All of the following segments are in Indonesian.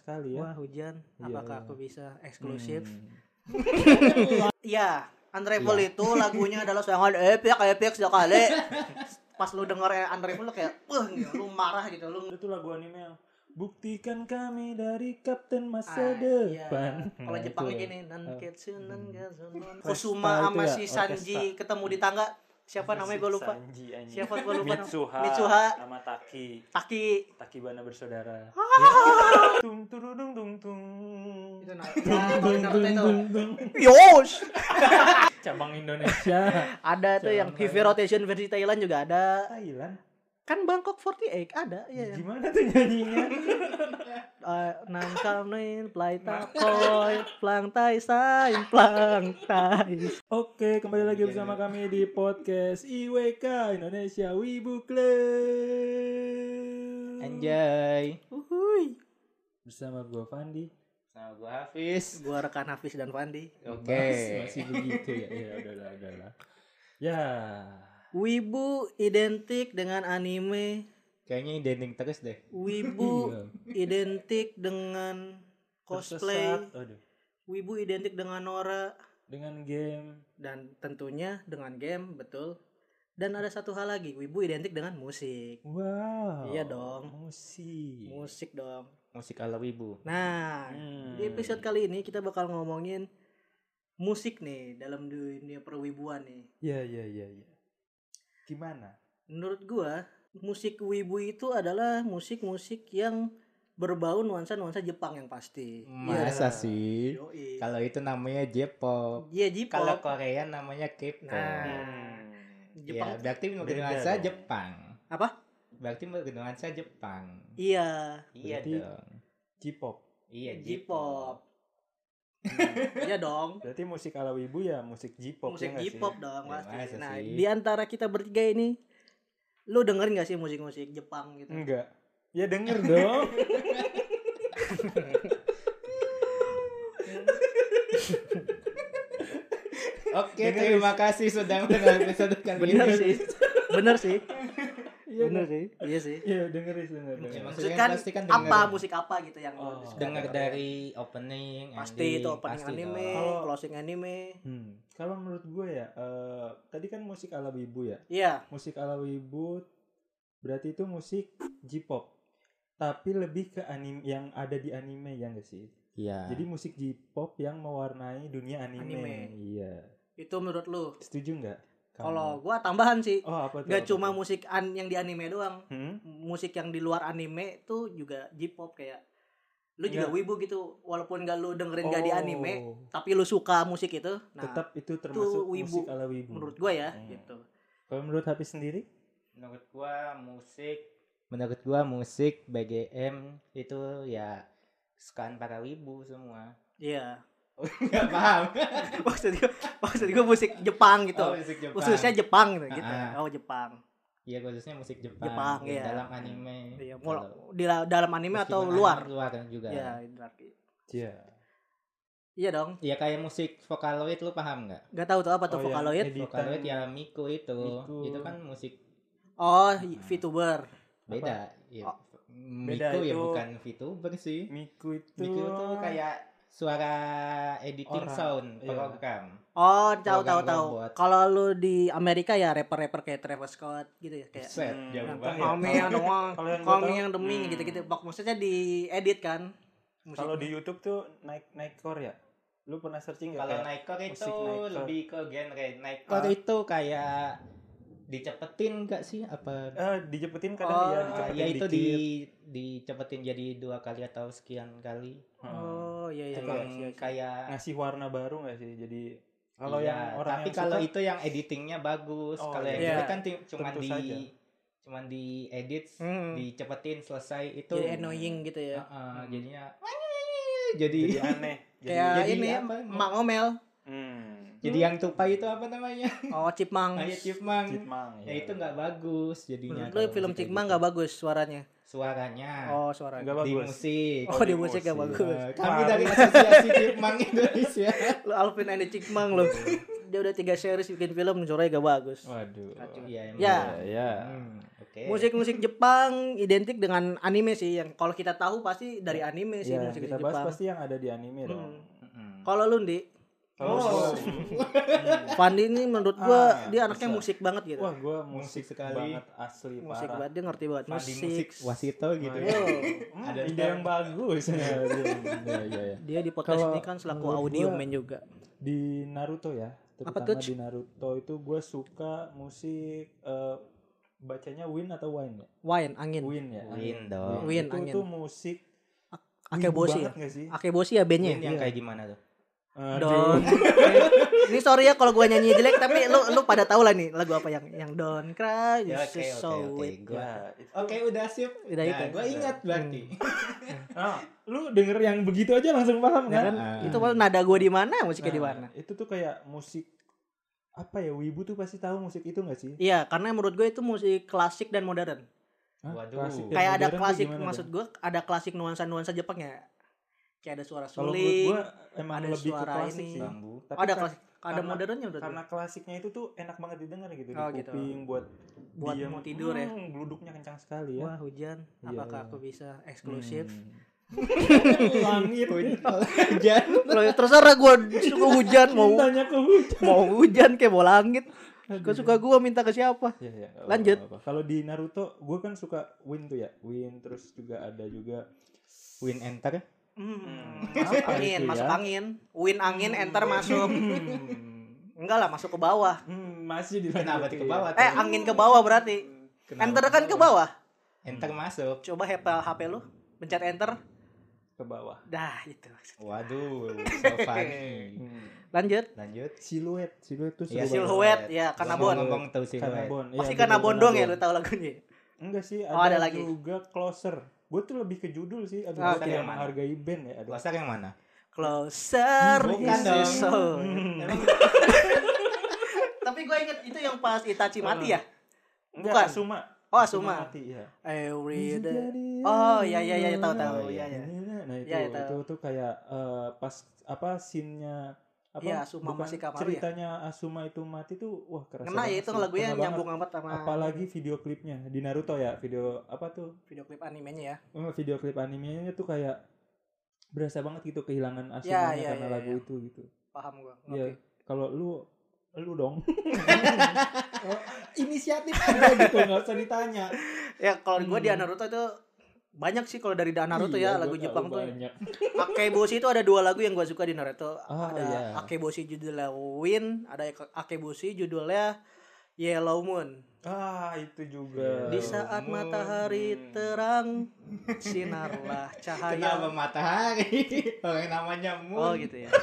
sekali ya. Wah, hujan. Apakah aku bisa eksklusif? Iya, Unravel itu lagunya adalah sangat epic sekali. Pas lu denger Unravel lu kayak, wah, lu marah gitu. Itu lagu anime yang buktikan kami dari Kapten Masa Iya. Depan. Kalau Nah, Jepangnya itu. gini, Nanketsunan Gazonon. Orkestra Kusuma itu sama ya, si Sanji orkestra. ketemu di tangga. Siapa namanya gue lupa. Sanji, anjing. Siapa gue lupa. Mitsuha sama Taki. Takibana bersaudara. Tung turudung tung tung. Itu Naruto itu. Yosh. Cabang Indonesia. Ada tuh yang Heavy Rotation versi Thailand juga ada. Thailand. Kan Bangkok 48 ada ya. Gimana tuh nyanyinya? Nam Kamnin Play Takoy Plang Tai Sai Plang Tai. Oke, kembali lagi bersama kami di podcast IWK Indonesia Wibu Club. Anjay. Uhuy. Bersama gua Fandi. Sama gua Hafiz. Gua rekan Hafiz dan Fandi. Oke. Masih begitu ya. Ya udahlah. Ya. Wibu identik dengan anime. Kayaknya identik terus deh. Wibu identik dengan cosplay. Tersesat. Aduh. Wibu identik dengan Nora. Dengan game. Dan tentunya dengan game, betul. Dan ada satu hal lagi, Wibu identik dengan musik. Wow. Iya dong. Musik dong. Musik ala wibu. Nah, di episode kali ini kita bakal ngomongin musik nih dalam dunia perwibuan nih. Iya. Gimana? Menurut gua, musik wibu itu adalah musik-musik yang berbau nuansa Jepang yang pasti. Masa sih? Yoi. Kalau itu namanya J-pop. Iya, J-pop. Kalau Korea namanya K-pop. Nah, Jepang ya, berarti bernuansa Jepang. apa? Berarti bernuansa Jepang. Iya. Iya Berarti dong. J-pop. Iya J-pop. Iya dong. Berarti musik ala wibu ya musik J-pop. Musik ya nggak J-pop sih? dong Ya, pasti. masa Nah, sih? di antara kita bertiga ini, lu dengerin gak sih musik-musik Jepang gitu? Enggak. Ya denger dong. Oke, terima kasih sudah mendengar episode kali ini. Bener sih. Iya Bener sih. Iya sih. Iya denger. Ya, Maksudnya maksudnya kan pasti kan apa musik apa gitu yang lu suka dengar dengerin. dari opening, Pasti ending, itu opening pasti anime, dong. closing anime. Kalau menurut gue ya, tadi kan musik ala wibu ya. Iya. Musik ala wibu berarti itu musik J-pop. Tapi lebih ke anime yang ada di anime ya enggak sih? Iya. Jadi musik J-pop yang mewarnai dunia anime. Iya. Itu menurut lu? Setuju enggak? Kalau gua tambahan sih. Oh, apa tuh? Gak cuma musik yang di anime doang. Hmm? Musik yang di luar anime tuh juga J-pop kayak lu juga wibu gitu. Walaupun gak lu dengerin gak di anime, tapi lu suka musik itu. Nah, tetap itu termasuk wibu. musik ala wibu. Menurut gua ya, gitu. Kalau menurut Hafiz sendiri? Menurut gua musik BGM itu ya sukaan para wibu semua. Iya. Enggak paham. maksud gua musik Jepang gitu. Musik Jepang. Khususnya Jepang gitu. Ah. Oh, Jepang. Iya, khususnya musik Jepang. Jepang, yang iya. dalam anime. Iya, Kalau- di dalam anime atau meskipun luar? anime luar juga. Iya, Iya. iya dong. Iya, kayak musik Vocaloid lu paham enggak? Gak tahu tuh apa tuh Oh, Vocaloid. yang editan. Vocaloid ya Miku itu. Miku. Itu kan musik Oh, VTuber. beda. Ya. Beda Miku ya itu- bukan VTuber sih. Miku itu Miku tuh kayak suara editing Orang, sound iya. program. Oh, tahu. Program robot. Kalau lu di Amerika ya rapper kayak Travis Scott gitu ya kayak. Set, jauh banget. Kami yang doang, Kalau yang gua kami tahu- yang demi gitu-gitu. Maksudnya diedit kan. Kalau di YouTube tuh Nightcore ya. Lu pernah searching enggak? Kalau Nightcore itu musik Nightcore. lebih ke genre. Nightcore itu kayak dicepetin enggak sih apa? Dicepetin kadang Oh, ya, dicepetin Ya itu dikit. dicepetin jadi 2 kali atau sekian kali. Oh, iya. Emang kayak ngasih warna baru enggak sih? Jadi kalau iya, yang orang tapi yang kalau suka, itu yang editingnya bagus. Oh, Kalau yang iya. itu kan cuman Tentu di saja. cuman diedit, dicepetin selesai itu. Jadi annoying gitu ya. Jadinya jadi aneh. Kayak jadi ini apa? Mak Ngomel. Jadi yang tupai itu apa namanya? Oh, Chipmunk. Kayak Chipmunk. Chipmunk, Ya iya. itu nggak bagus jadinya. Menurut lu kalau film musik Chipmunk kayak nggak bagus suaranya? gitu. Suaranya. Oh, suaranya. Enggak Di bagus. musik. Oh, di musik nggak bagus. Kami dari Asosiasi Chipmunk Indonesia. Lu Alvin and the Chipmunk lu. dia udah 3 series bikin film suaranya gak bagus. Waduh. Iya, Ya. Ya. Oke. Musik Jepang identik dengan anime sih, yang kalau kita tahu pasti dari anime sih Ya, musik kita bahas Jepang. pasti yang ada di anime dong. Kalau lu Ndi, Kalau gua- Fandi ini menurut gua dia anaknya bisa. musik banget gitu. Wah, gua musik sekali. banget asli Musik parah. banget, dia ngerti banget Fandi musik. Wasito gitu. Yo, Ada Ide yang bagus. Ya. dia di podcast Kalau ini kan selaku menurut audio gua- man juga. Di Naruto ya, Apa terutama tuh? di Naruto itu gue suka musik bacanya Win atau Wine ya? Wine, angin. Win ya. Win dong. Win, itu angin. tuh musik Akeboshi ya. banget gak sih? Akeboshi ya bandnya. Win yang kayak gimana tuh? Don. Ini sorry ya kalau gua nyanyi jelek, tapi lu pada tahu lah nih lagu apa yang Don't Cry, Ya, You're So Sweet. Gua. Ya, Oke, udah sip. Udah itu. Gue ingat berarti. Nah, lu denger yang begitu aja langsung paham Ya kan? kan? Itu malah nada gua di mana, musiknya di mana. Itu tuh kayak musik apa ya? Wibu tuh pasti tahu musik itu gak sih? Iya, karena menurut gue itu musik klasik dan modern. Hah? Waduh. Klasik dan Kayak ada modern tuh klasik, gimana maksud tuh? gue ada klasik nuansa Jepang ya. Kayak ada suara Kalau menurut suling. gue emang ada lebih ke suara klasik ini. sih. Bambu. Tapi Ada kan- klasik, ada karena- modernnya menurut karena gue. klasiknya itu tuh enak banget didengar gitu Oh, di gitu. kuping buat diem. Mau tidur ya. Geluduknya kencang sekali ya. Wah, hujan. Iya, Apakah iya. aku bisa eksklusif? Langit. Hujan. Kalau terserah gue suka hujan Tanya ke hujan. mau hujan kayak mau langit. Suka gue minta ke siapa? Ya, ya, nggak Lanjut. apa-apa. Kalau di Naruto, gue kan suka Win tuh ya. Win terus juga ada juga Win enter. Masuk Apa angin, itu masuk ya? angin. Win angin, enter masuk. Enggak lah, masuk ke bawah. masih di Kenapa tuh ke bawah? Angin ke bawah berarti. Enter kan ke bawah. Enter masuk. Coba HP lu, pencet enter. ke bawah. Dah, itu. Waduh, so funny. Lanjut. Lanjut. Siluet tuh Iya, seru banget. Siluet, ya, Kanabon. Ngomong tuh siluet. Kanabon. Iya, Pasti gua karena tahu bondong ya Kanabon. lu tahu lagunya. Enggak sih, Oh, ada ada lagi. juga Closer. Gue tuh lebih ke judul sih. Aduh, Ah, gue oke. tidak menghargai band ya. Aduh. Klosak yang mana? Closer Bukan is dong. so. Emang Tapi gue inget itu yang pas Itachi mati ya? Enggak, Bukan. Asuma. Oh, Asuma. Mati, ya. Every day. Oh, iya tahu. Oh, iya. Iya. Nah, itu Iya, tahu. itu tuh kayak pas apa scene-nya apa Iya, Asuma bukan masih Kamaru ya? ceritanya Asuma itu mati tuh wah kerasa Ngena ya banget itu sih, lagunya kena nyambung banget. amat sama Apalagi video klipnya di Naruto ya, video apa tuh video klip animenya ya. video klip animenya tuh kayak berasa banget gitu kehilangan Ya, Asumanya ya, karena ya, lagu ya. itu gitu. Paham gua. Iya. Kalau lu dong. inisiatif Ada gitu nggak usah ditanya. Ya kalau gua di Naruto itu banyak sih kalau dari Naruto Iya, ya lagu gua Jepang tahu tuh. banyak. Akeboshi itu ada 2 lagu yang gua suka di Naruto. Ah, Ada iya. Akeboshi judulnya Win, ada Akeboshi judulnya Yellow Moon. Ah, itu juga. Di saat matahari terang, sinarlah Kenapa cahaya. matahari? Orang namanya Moon. Oh gitu ya.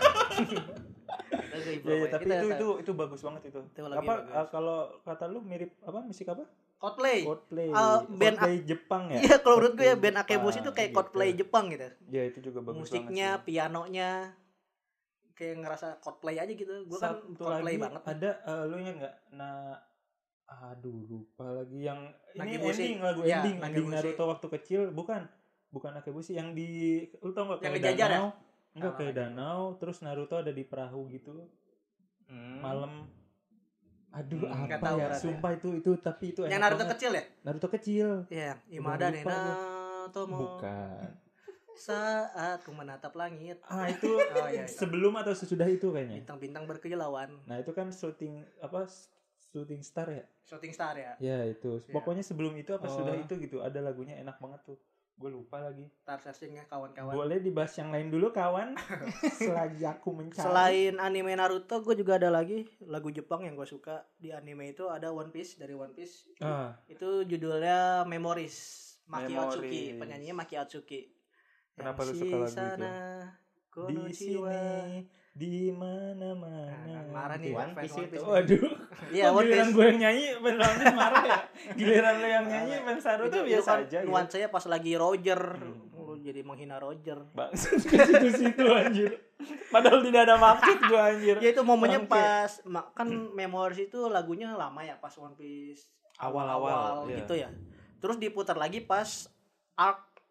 Ya, tapi itu bagus banget itu. Itu lagi Apa bagus. kalau kata lu mirip apa musik apa? Coldplay. Coldplay. Band Coldplay Jepang ya. Iya, kalau menurut gue ya Coldplay band Akeboshi itu Jepang, kayak gitu. Coldplay Jepang gitu. Ya itu juga bagus Musiknya, banget. pianonya kayak ngerasa Coldplay aja gitu. Gue kan Satu Coldplay lagi banget. ada lu ingat nggak? Aduh lupa lagi yang ini Nagibushi. ending lagu Ya, ending Nagibushi. Naruto waktu kecil bukan Akebushi yang di lu tau nggak Yang kayak ngejajar ya? danau enggak Oh, kayak iya. danau terus Naruto ada di perahu gitu malam aduh nggak apa tahu ya berarti. sumpah itu tapi itu Yang enak Naruto banget. kecil ya? Naruto kecil Iya, Imada lupa gua. Nenatomo. bukan Saat ku menatap langit. itu Oh, iya. sebelum atau sesudah itu kayaknya Bintang-bintang berkilauan. nah itu kan shooting star ya Shooting Star ya. ya itu Iya. pokoknya sebelum itu apa Oh. sudah itu gitu ada lagunya enak banget tuh gue lupa lagi Star searchingnya kawan-kawan. boleh dibahas yang lain dulu kawan selagi aku mencari Selain anime Naruto, gue juga ada lagi lagu Jepang yang gue suka di anime itu ada One Piece dari One Piece. Itu judulnya Memories. Maki Memories. Atsuki, penyanyinya Maki Atsuki. Kenapa Yang lu suka lagu itu? Shisana, di Konochiwa. sini di Nah, mana-mana marah nih One fans Piece One itu. Piece. waduh Iya, kok One giliran Piece. gue yang nyanyi fans One Piece marah ya giliran lu yang nyanyi fans Naruto Itu biasa kan aja ya nuansanya pas lagi Roger, lu jadi menghina Roger. bangsat ke situ-situ anjir padahal tidak ada maksud gue anjir Ya itu momennya Bangke. pas kan Memories itu lagunya lama ya pas One Piece Awal-awal, iya. gitu ya. Terus diputar lagi pas arc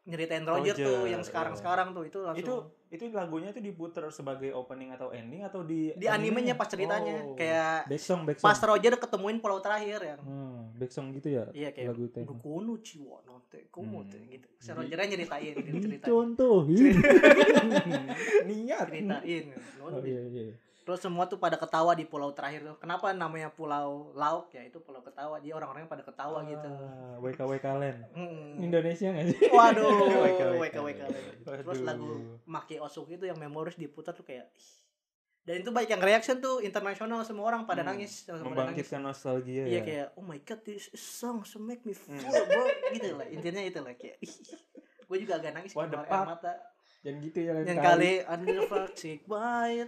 nyeritain Roger tuh yang sekarang tuh itu langsung itu lagunya tuh diputer sebagai opening atau ending atau di animenya pas ceritanya kayak backsong pas Roger ketemuin pulau terakhir yang backsong gitu ya. Iya kayak lagu tema Kono Chiwa Nonte Komote gitu. Si Rogernya nyeritain contohin niat ceritain. iya. Terus semua tuh pada ketawa di pulau terakhir tuh. Kenapa namanya Pulau Lauk ya? Itu pulau ketawa. Dia orang-orangnya pada ketawa gitu. WKWK Land. Indonesia nggak sih? Waduh, WKWK Land. Terus lagu Maki Osuk itu yang memoris diputar tuh kayak dan itu banyak yang reaction tuh internasional, semua orang pada nangis, membangkitkan nostalgia. Iya kayak oh my god this song so make me feel bro gitu lah. Intinya itu lah kayak gue juga agak nangis keluar air mata. Jangan gitu ya yang kali under toxic boy.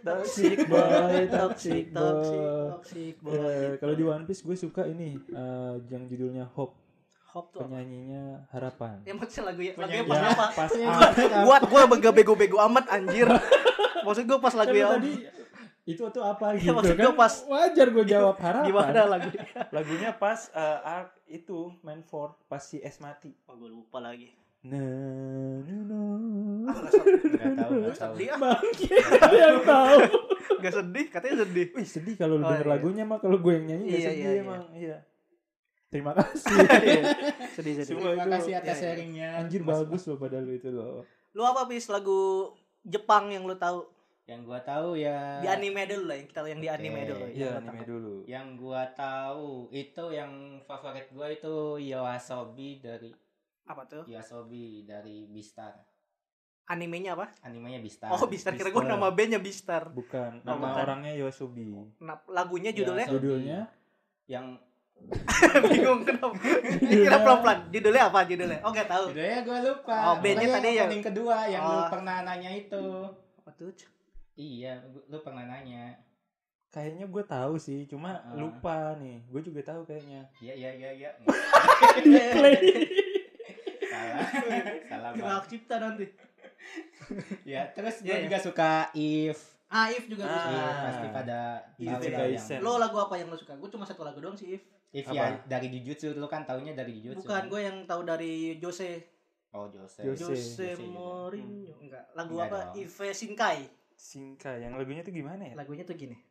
Kalau di One Piece gue suka ini yang judulnya Hope tuh penyanyinya Harapan. Ya maksudnya lagunya pas apa? Buat gue bego-bego amat anjir. Maksud gue pas lagu ya tadi itu tuh apa gitu kan? Pas wajar gue jawab Harapan. Gimana lagunya pas arc itu Man 4 pas si S mati. Oh gue lupa lagi. Nggak tahu. Sedih yang tahu. Gak sedih, katanya sedih. Wih sedih kalau lu denger lagunya mah, kalau gue yang nyanyi gak sedih emang. Iya. Terima kasih. Sedih. Terima kasih atas sharingnya. Anjir bagus loh padahal itu loh. Lu apa bis lagu Jepang yang lu tahu? Yang gua tahu ya di anime dulu lah, yang kita yang di anime dulu. Iya, anime dulu. Yang gua tahu itu yang favorit gua itu Yoasobi dari apa tuh? Yoasobi dari Beastar. Animenya apa? Animenya Beastar. Oh, Beastar. Kira gue nama bandnya Beastar. Bukan. Nama orangnya Yoasobi. Nah, lagunya judulnya? Judulnya yang bingung kenapa? Kira pelan-pelan. Judulnya apa judulnya? Oh, enggak tahu. Judulnya gue lupa. Oh, bandnya tadi yang kedua yang lu pernah nanya itu. Apa tuh? Iya, lu pernah nanya. Kayaknya gue tahu sih, cuma lupa nih. Gue juga tahu kayaknya. Iya. Salah hak cipta nanti. Ya terus gue juga suka If juga suka. Pasti pada lo lagu apa yang lo suka? Gue cuma satu lagu doang sih If ya dari Jujutsu. Lo kan taunya dari Jujutsu. Bukan, gue yang tahu dari Jose Mourinho. Enggak, lagu apa? If Shinkai, yang lagunya tuh gimana ya? Lagunya tuh gini.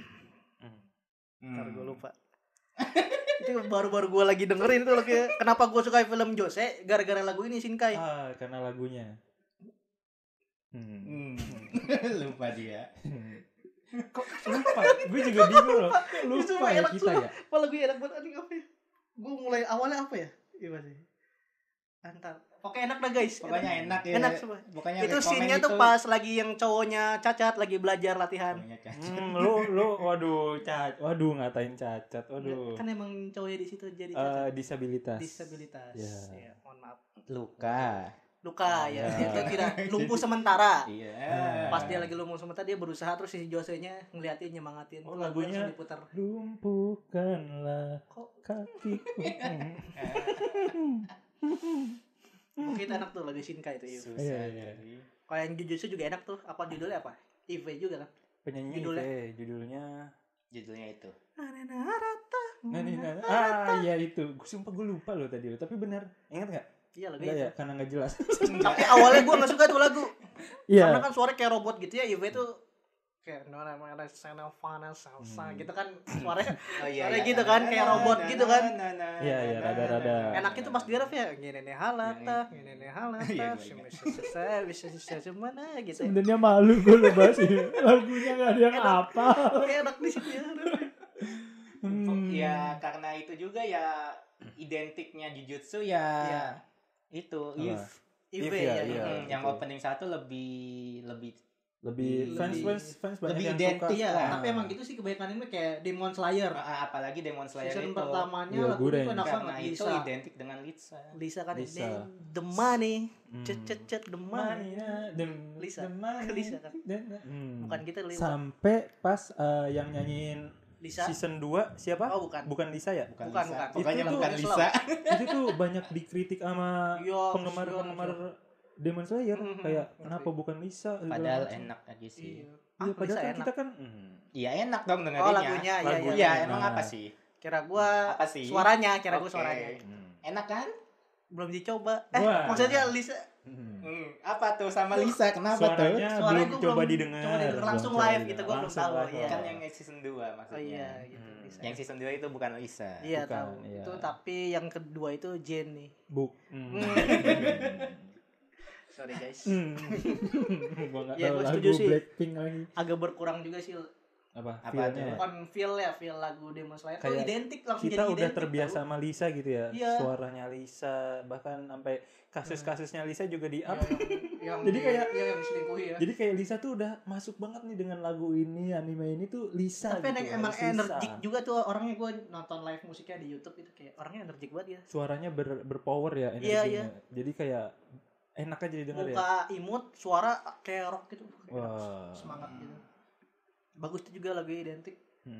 Ntar gue lupa. Itu baru-baru gue lagi dengerin tuh lagi. Kenapa gue suka film Jose? Gara-gara lagu ini Shinkai. Karena lagunya. Lupa dia. Kok lupa? Gue juga bingung loh. Lupa ya kita ya. Apa lagu enak banget anjing apa ya? Gue mulai awalnya apa ya? Iya sih. Antar. Pokoknya enak dah guys. Pokoknya enak ya. Enak semua. Pokoknya itu scene-nya tuh pas lagi yang cowoknya cacat lagi belajar latihan. Waduh ngatain cacat. Waduh. Kan emang cowoknya di situ jadi cacat. Disabilitas. Ya, mohon maaf. Luka ya. Dia kira lumpuh sementara. Iya. Pas dia lagi lumpuh sementara dia berusaha terus si Jose-nya ngeliatin, nyemangatin. Oh, lagunya diputar. Lumpuhkanlah kakiku. Mungkin enak tuh lagu Shinkai itu. Iya. Kalau yang Jujutsu juga enak tuh. Apa judulnya apa? Ive juga kan? Penyanyi judulnya itu. Iya itu. Sumpah gue lupa loh tadi. Tapi benar. Ingat enggak? Iya lagu itu. Ya, karena enggak jelas. Tapi awalnya gue enggak suka tuh lagu. Iya. Karena kan suaranya kayak robot gitu ya. Ive tuh kayak gitu kan suaranya. Suaranya gitu kan kayak robot gitu kan. Iya, rada-rada. Enak itu pas dia rap ya. Gini halata. Bisa gimana gitu. Sebenarnya malu gue lo bahas ini. Lagunya enggak ada yang apa. Enak di sini. Ya karena itu juga ya identiknya Jujutsu ya. Itu If ya. Yang opening 1 lebih fans lebih yang identik suka. Ya, tapi emang gitu sih kebanyakan ini kayak Demon Slayer. Apalagi Demon Slayer season itu. pertamanya lagu itu enak banget. Itu identik dengan Lisa kan the money. Cet the money. Lisa kan. Bukan kita Lisa. Sampai pas yang nyanyiin Lisa? Season 2 siapa? Oh bukan. Bukan Lisa ya? Bukan. Pokoknya bukan Lisa. Itu tuh banyak dikritik sama penggemar Demon Slayer. Kayak kenapa bukan Lisa? Padahal enak aja sih. Iya, padahal kan kita kan iya enak dong dengerinnya. Oh lagunya. Iya, emang apa sih? Kira gua apa sih? Suaranya. Enak kan? Belum dicoba. Maksudnya Lisa Apa tuh sama Lisa? Kenapa Suaranya tuh? Suaranya belum gua coba belum didengar. coba denger langsung Belum live coba gitu, gua belum langsung tahu, live. iya. Kan yang season 2 maksudnya. Oh iya gitu. Bisa. Yang season 2 itu bukan Lisa. Iya Bukan, tahu. iya. Itu tapi yang kedua itu Jane nih. Sorry guys. Gua enggak Ya, tahu gua lagu setuju sih. Blackpink lagi. Agak berkurang juga sih. Apa Apa feel-nya? tuh? Bukan feel lagu Demon Slayer tuh Kayak identik langsung Kita jadi udah identik, terbiasa tau. sama Lisa gitu ya. Iya. Suaranya Lisa, bahkan sampai kasus-kasusnya Lisa juga di up. yang Jadi kayak yang diselingkuhi ya. Jadi kayak Lisa tuh udah masuk banget nih dengan lagu ini, anime ini tuh Lisa. Tapi gitu, emang harus Lisa. energik juga tuh orangnya. Gue nonton live musiknya di YouTube itu kayak orangnya energik banget ya. Suaranya berpower ya Iya, energinya. Jadi kayak enak aja didengar ya. Muka imut, suara kayak rock gitu. Wah. Semangat gitu. Bagus tuh juga lagu identik.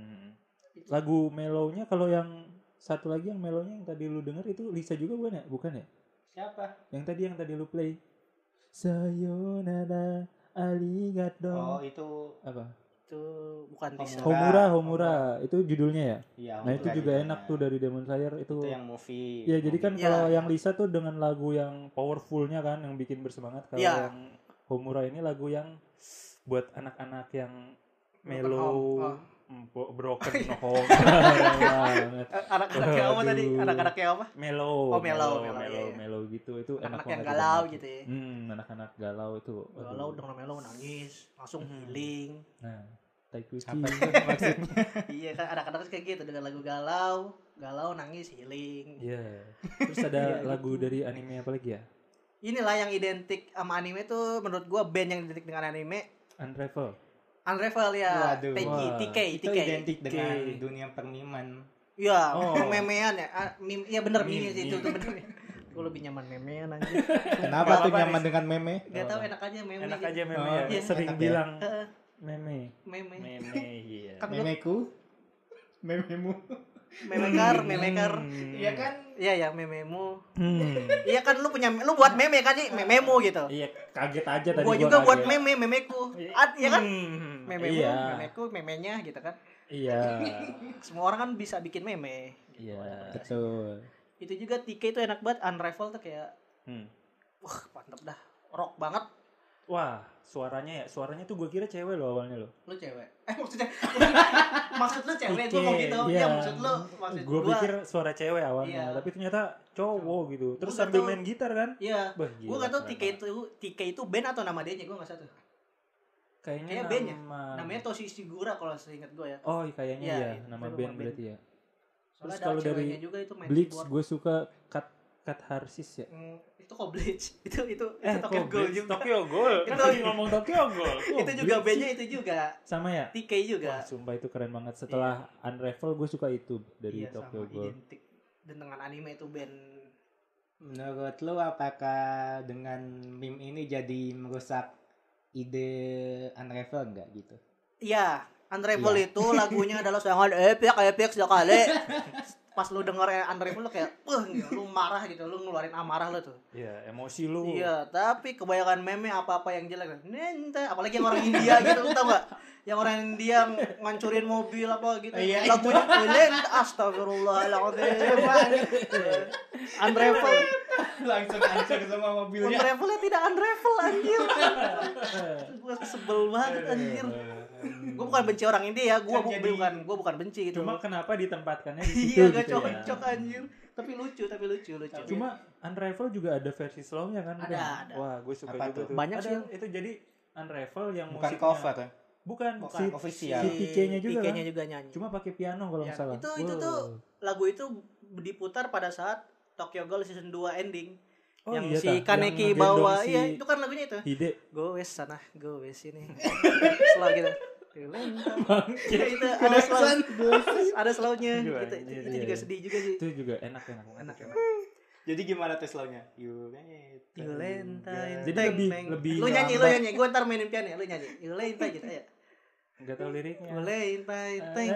Lagu mellow-nya kalau yang satu lagi yang mellow-nya yang tadi lu denger itu Lisa juga bukan ya? Bukan ya? Siapa? Yang tadi lu play. Sayonara arigato. Oh, itu Apa? Itu bukan Lisa. Homura. Itu judulnya ya? Iya. Nah, itu juga enak tuh dari Demon Slayer itu. Itu yang movie. Ya, jadi kan Iya. kalau yang Lisa tuh dengan lagu yang powerful-nya kan yang bikin bersemangat. Kalau Iya. yang Homura ini lagu yang buat anak-anak yang Broken mellow, broken home. banget. Anak-anaknya apa tadi? Aduh. Anak-anaknya apa? Mellow. Oh, mellow, iya. Mellow gitu. Itu enak Anak-anak yang banget galau didengar. gitu ya. Anak-anak galau itu. Galau dengan melo nangis, langsung healing. Nah, Taikuchi Apa maksudnya. Iya kan anak-anak kayak gitu dengan lagu galau nangis healing. Iya. Terus ada lagu dari anime apa lagi ya? Inilah yang identik sama anime tuh menurut gua band yang identik dengan anime Unravel. ya. Waduh. TK. Itu identik dengan dunia permiman. Iya, Oh. memean ya. Iya bener meme sih itu tuh bener. Gue lebih nyaman memean anjir. Kenapa tuh Apa nyaman nih? dengan meme? Gak tau enak aja meme. Enak gitu. aja meme Oh, ya. iya. Sering Enak ya. bilang Heeh, meme. meme. Meme iya. Kan gua Memeku? Mememu? memekar. Iya kan? Iya ya mememu. Iya kan lu buat meme kan sih, mememu gitu. Iya, kaget aja tadi Gua juga buat kaget. memeku. Iya kan? Mememu, Iya. memeku, memenya gitu kan. Iya. Semua orang kan bisa bikin meme. Iya. Betul. Itu juga TK itu enak banget, Unravel tuh kayak wah, mantep dah. Rock banget. Wah, suaranya tuh gue kira cewek loh awalnya loh. Lu cewek. Maksudnya maksud lu cewek gua mau gitu. Iya. Iya, maksud Gue gua. pikir suara cewek awalnya, Iya. tapi ternyata cowok gitu. Terus Gua sambil nggak tahu. main gitar kan? Iya. Bah, Gua gila, enggak tahu keren TK itu band atau nama dia gua enggak tahu. Kayaknya Kayak band ya? nama... Namanya Toshi Shigura kalau seingat gua ya. Oh, kayaknya Iya, ya, itu nama nama band band. berarti ya. Soalnya Terus ada kalau dari ceweknya juga itu main Bleach keyboard. gue suka Cut Harsis ya. Itu kok Bleach. Itu Kok Tokyo Ghoul Bleach? juga. Tokyo Ghoul. Kan Itu- lagi ngomong Tokyo Ghoul. Kok Itu juga Bleach bandnya sih? itu juga. Sama ya? TK juga. Wah, sumpah itu keren banget. Setelah Unravel gue suka itu dari Iya, Tokyo sama Ghoul. identik. Dan dengan anime itu band. Menurut lu apakah dengan meme ini jadi merusak ide Unravel enggak gitu? Iya, Unravel itu lagunya adalah sangat epic sekali. Pas lu denger Unravel lu kayak, wah, lu marah gitu, lu ngeluarin amarah lu tuh. Iya, emosi lu. Iya, tapi kebanyakan meme apa-apa yang jelek. Nenta, apalagi yang orang India gitu, lu tau gak? Yang orang India ngancurin mobil apa gitu. Iya, Lagunya Lenta, astagfirullahaladzim. Unravel. Langsung hancur semua mobilnya. Unravelnya tidak unravel anjir. Gue sebel banget anjir. Gue bukan benci orang India, gue bukan benci gitu. Cuma kenapa ditempatkannya di situ Iya, gitu gak ya. cocok anjir. Tapi lucu. Cuma Unravel juga ada versi slow-nya kan? Ada. Wah, gue suka Apa juga tuh? tuh. Banyak Ada, sih. itu jadi Unravel yang Bukan musiknya. cover kan? Bukan, Bukan, official. Si TK-nya juga kan? TK-nya juga nyanyi. Cuma pakai piano kalau nggak Ya, salah. itu tuh lagu itu diputar pada saat Tokyo Ghoul season 2 ending. Oh, yang iya, si tah. Kaneki Yang ngegendong bawa, si iya itu kan lagunya itu. Hide. Go wes sana, go wes sini. Slow gitu. Ya, itu ada slow-nya Iya, gitu. iya, Itu iya, juga iya. sedih juga sih. Itu juga enak. Enak. Jadi gimana tuh slow-nya? Yulentai. Jadi lebih Lu nyanyi, lambat. Gua ntar mainin piano, lu nyanyi. Yulentai gitu ya. Enggak tahu liriknya. Yulentai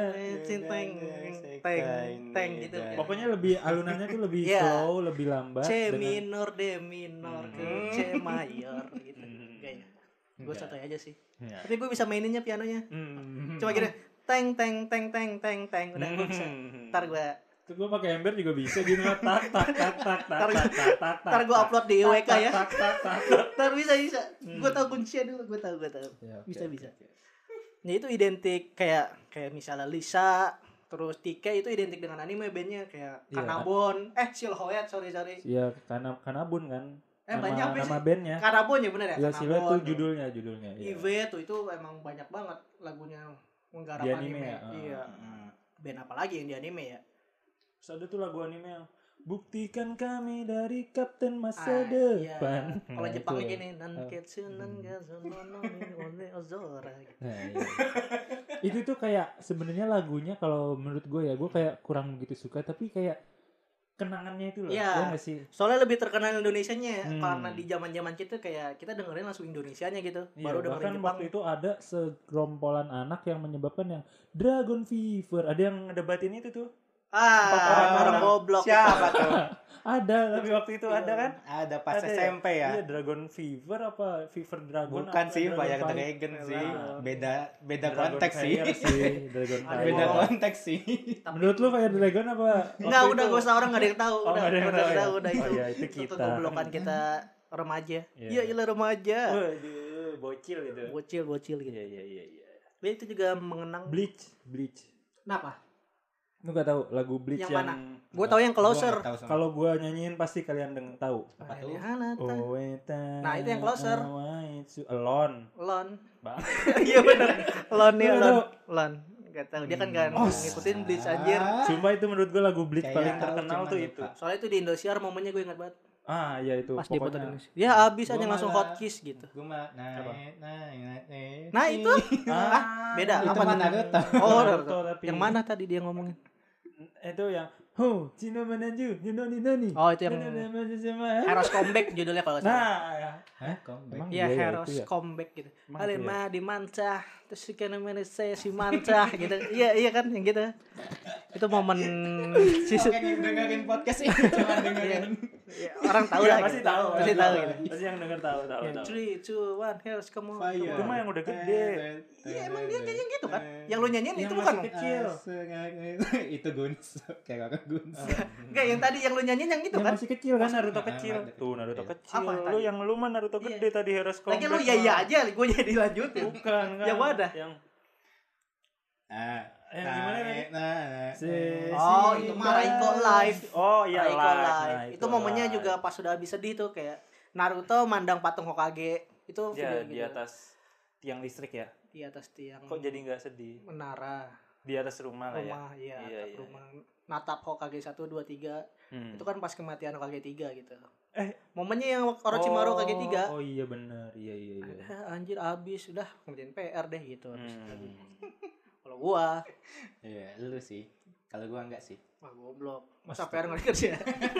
teng gitu. Pokoknya lebih alunannya tuh lebih Iya. slow, lebih lambat. C dengan- minor, D minor, ke C mayor gitu. Kayaknya. Gue Enggak. santai aja sih. Iya. Tapi gue bisa maininnya pianonya. Hmm. Coba gini, teng. Udah gue bisa. Ntar gue Tuh gue pakai ember juga bisa gini tak tak tak tak tak tak tak. Ntar gue upload di IWK ya. Tak tak tak. Ntar bisa. Gue tahu kuncinya dulu, gue tahu. Bisa. Nah itu identik kayak misalnya Lisa, terus Tike itu identik dengan anime bandnya kayak Kanabon, Silhouette, sorry. Iya, Kanabun kan. Banyak apa sih? Nama bandnya. Kanabon ya bener ya? Ya Silhouette tuh judulnya. IV tuh itu emang banyak banget lagunya menggarap di anime. Iya. Band apa lagi yang di anime ya? Terus ada tuh lagu anime yang Buktikan Kami dari Kapten Masa Depan. Iya. Kalau Jepangnya gini Nanketsu Nangazo no One Ozora. Nah, iya. Itu tuh kayak sebenarnya lagunya kalau menurut gue kayak kurang begitu suka, tapi kayak kenangannya itu loh. Iya. Nggak sih? Soalnya lebih terkenal Indonesianya karena di zaman-zaman kita kayak kita dengerin langsung Indonesianya gitu. Iya, Baru dengerin bahkan Jepang. waktu itu ada segerombolan anak yang menyebabkan yang Dragon Fever. Ada yang ngedebatin itu tuh. Orang goblok. Siapa tuh? Ada, tapi waktu itu ada kan? Ada pas Ada SMP ya? Iya, Dragon Fever apa Fever Dragon? Bukan apa, sih, Dragon Fire Fight. Dragon sih. Beda Dragon konteks sih. Fire Dragon Ada Fire. Beda konteks sih. Menurut lu Fire Dragon apa? Enggak, waktu udah itu? gak usah orang gak ada yang tahu. Oh, nggak ada yang tahu ya? Udah itu. Oh, iya, itu kita. Kegoblokan kita remaja. Iya. Iya, ilah remaja. Waduh, bocil gitu. Bocil gitu. Iya. Dia itu juga mengenang. Bleach. Kenapa? Lu gak tahu lagu Bleach Yang yang, mana? Gue tahu yang Closer. kalau gua nyanyiin pasti kalian tahu. Apa tuh? Nah, itu yang Closer. Alone. Lon. Bang. Iya benar. Lon nih, Lu Lon. tahu? Lon. Gak tahu. Dia kan ngikutin Bleach anjir. Sumpah itu menurut gua lagu Bleach Kayak paling tahu, terkenal cuman tuh lupa. itu. Soalnya itu di Indosiar momennya gue ingat banget. Ah, iya itu. Pas di pokoknya. Indonesia. Ya habis Gua aja langsung malah- hot kiss gitu. Gue mah Nah, itu. Beda. Itu Apa mah tuh? Naruto. Oh, Naruto, tapi- yang mana tadi dia ngomongin? Itu yang Cino Manaju, Noni. Oh, itu yang Heroes Comeback judulnya kalau nggak salah. Nah, ya. Hah? Comeback? Emang Iya, iya ya, Heroes itu ya? Comeback gitu. Emang Ale itu ya? mah di mancah, terus saya si mancah gitu. Iya kan yang gitu. Itu momen Oke, yang dengerin podcast ini cuma dengerin. Ya, orang tahu Iya, lah. pasti gitu. tahu. Pasti tahu gitu. Pasti yang denger tahu. 3, 2, 1, Heroes come on. Fire. Itu mah yang udah gede. Iya, emang dia kayaknya gitu kan. Yang lu nyanyiin Yang itu masih bukan? kecil. Itu Guns. Kayak kakak Guns. Enggak, yang tadi yang lu nyanyiin yang itu Yang kan. masih kecil kan Naruto Ah, kecil. ada. Tuh Naruto Iya. kecil. Apa Lu tadi? yang lu mah Naruto Iya. gede tadi Heroes Comeback. Lagi lu iya aja, gue jadi lanjutin. Bukan kan. Yang mana? Yang Yang gimana tadi? Oh, itu mah Raiko Live. Oh iya Raiko live. Live. Nah, Itu momennya live. juga pas sudah habis sedih tuh kayak Naruto mandang patung Hokage. Itu Ya, video di gitu. atas tiang listrik ya. Di atas tiang Kok jadi nggak sedih? menara Di atas rumah lah ya. rumah, iya, Iya, atap iya. rumah. Natap Hokage 1 2 3. Itu kan pas kematian Hokage 3 gitu. Momennya yang Orochimaru Hokage 3. Oh iya benar. Iya. Anjir abis udah ngerjain PR deh gitu habis. Hmm. Kalau gua, Iya, lu sih. Kalau gua enggak sih. wah goblok. Masa PR nggak kerja?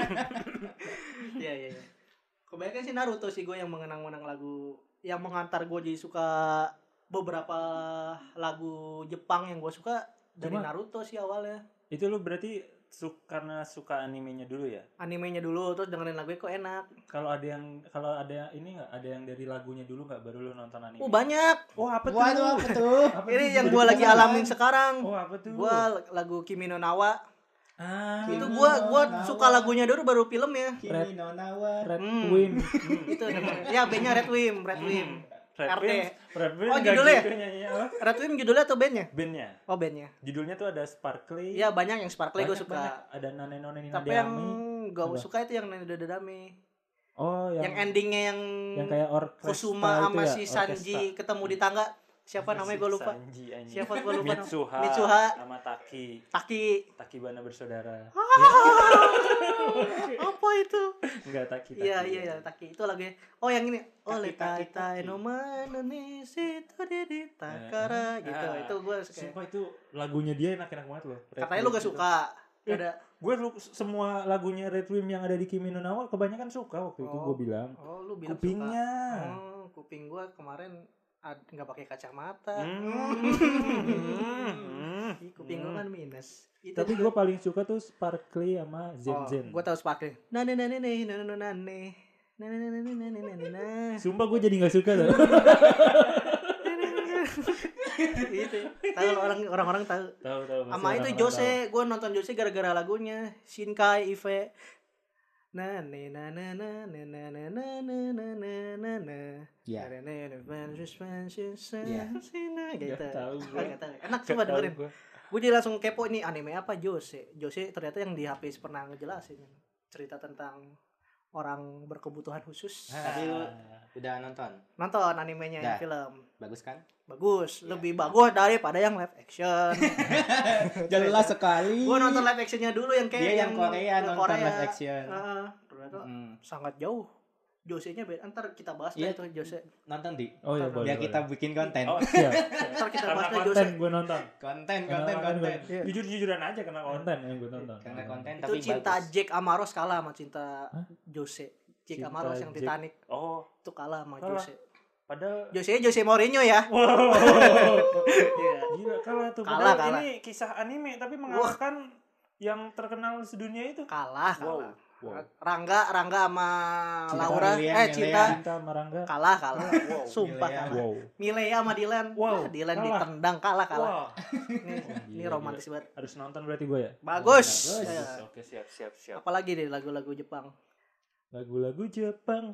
Iya. Kebanyakan sih Naruto sih gue yang mengenang-menang lagu yang mengantar gue jadi suka beberapa lagu Jepang yang gue suka dari Cuma- Naruto sih awalnya. Itu lu berarti karena suka animenya dulu ya? Animenya dulu terus dengerin lagunya kok enak. Kalau ada yang ini nggak ada yang dari lagunya dulu nggak baru lu nonton anime? Banyak. Oh apa tuh? Waduh, apa tuh? Apa Ini tuh? yang Jadi gue lagi penasaran. alamin sekarang. Oh apa tuh? Gue lagu Kimi no Nawa. Itu Kimi gue no Nawa. suka lagunya dulu baru filmnya. Kimi no Nawa. Red Hmm. Wim. Itu dengerin. Ya bandnya Red Wim. Red RT. Wim. Red Wim Oh, nggak judulnya? gitu nyanyinya apa? Red Wim judulnya atau bandnya? Bandnya. Oh bandnya. Judulnya tuh ada Sparkly. Iya banyak yang Sparkly gue Banyak, suka. banyak. Ada Nane None Nina Tapi yang Deami. gue Apa? suka itu yang Nani Dododame. Oh Yang endingnya yang kayak orkestra Kusuma itu sama ya, si Sanji ketemu di tangga. Siapa namanya gue lupa. Sanji, anjing. Siapa gue lupa. Mitsuha sama Taki Bana bersaudara. Apa itu? Enggak Taki. Iya Taki itu lagunya. Oh yang ini. Oh Taki, Taki, Letaita Taki. no Manoni Situ Didi Takara gitu. Itu gue suka. Sumpah itu lagunya dia enak-enak banget loh. Red Katanya Wim lu gak itu. suka. Ada. Gue semua lagunya Red Wim yang ada di Kimi no Nawa kebanyakan suka waktu itu gue bilang. Oh lu bilang Kupingnya. suka. Oh, kuping gue kemarin nggak pakai kacamata. Ih, kuping gue kan minus. Itu Tapi gue paling suka tuh Sparkly sama Zen. gue tahu Sparkly. Nane. Nane. Sumpah gue jadi gak suka loh. Itu tahu orang-orang tahu. Sama itu Jose, gue nonton Jose gara-gara lagunya Shinkai Ive. Na na na na na na na na na na na na na. Ya. Gitu. tahu gue. Enak coba dengerin. Gue jadi langsung kepo ini anime apa Jose. Jose ternyata yang di HP pernah ngejelasin cerita tentang orang berkebutuhan khusus. Tapi lu udah nonton? Nonton animenya yang film. Bagus kan? Bagus, lebih bagus daripada yang live action. Jelas sekali. Gue nonton live actionnya dulu yang kayak Dia yang Korea nonton live action. Ternyata sangat jauh. Jose-nya beda. Ntar kita bahas Iya. itu Jose. Nonton di. Oh iya boleh. Biar kita bikin konten. Oh siap. Ntar kita bahas Karena Jose. konten gue nonton. Konten. Iya. Jujur-jujuran aja karena konten yang gue tonton. Karena konten Itu tapi cinta bagus. Jack Amaros kalah sama cinta Jose. Jack Cinta Amaros yang Jack. Titanic Oh, itu kalah sama Kalah. Jose. padahal Jose Mourinho ya. wow. Iya. Gila kalah tuh. Kalah. Padahal ini kisah anime tapi mengalahkan yang terkenal sedunia itu. Kalah. Wow. Rangga sama Cinta Laura Milea. cinta Marangga. kalah. Sumpah Milea. kalah. Wow. Milea sama Dylan. Wow, Dylan kalah. ditendang kalah. Wah. Ini Gila, romantis banget. Harus nonton berarti gue ya. Bagus. Bagus. Ya. Oke, siap. Apalagi deh lagu-lagu Jepang. Lagu-lagu Jepang.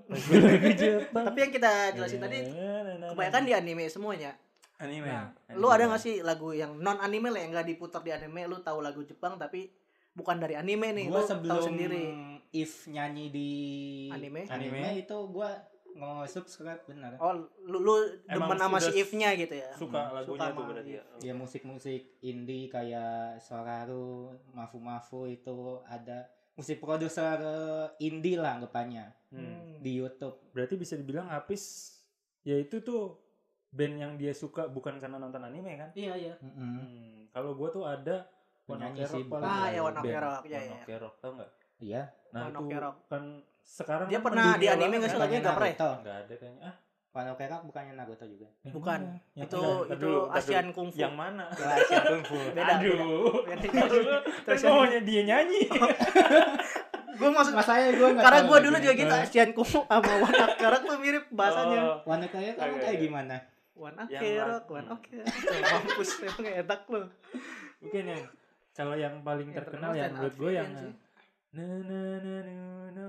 Tapi yang kita jelasin tadi kebanyakan di anime semuanya. Anime. Nah, lu ada gak sih lagu yang non anime lah yang gak diputar di anime, lu tahu lagu Jepang tapi bukan dari anime nih, Gua lu tahu sebelum sendiri. If nyanyi di Anime itu gua nge-subscribe benar. Oh, lu Emang demen sama si sudah If-nya gitu ya. Suka lagunya Suka tuh sama berarti ya. Ya musik-musik indie kayak Soraru, Mafu itu ada musik produser indie lah anggapannya di YouTube. Berarti bisa dibilang Apis ya itu tuh band yang dia suka bukan karena nonton anime kan? Iya. Kalau gue tuh ada Penyanyi One Ok sih, Rock paling. Ah, ya, One Ok Band. Rock, ya, One ya. Ok Rock, tau nggak? Iya. Nah One itu Ok Rock. kan sekarang Dia kan pernah mendunia di anime banget nggak sih kan? lagunya? Nggak pernah ya? Naruto. Nggak ada kayaknya. One Ok Rock bukannya Naruto juga. Yang Bukan. mana? Yang Itu mana? Ntar itu dulu. Asian Kungfu. Yang mana? Asian Kung Fu. Beda. Aduh. Terus Kan maunya dia nyanyi. gue maksud Masanya gue nggak karena tahu gue dulu lagunya. juga gitu Asian Kungfu sama One Ok Rock tuh mirip bahasanya. One Ok Rock kamu kayak gimana? One Ok Yang Rock, One Ok. Mampus emang enak lu. Mungkin yang kalau yang paling Yang terkenal terkenal yang stand menurut up gue yang comedian sih. na na na na no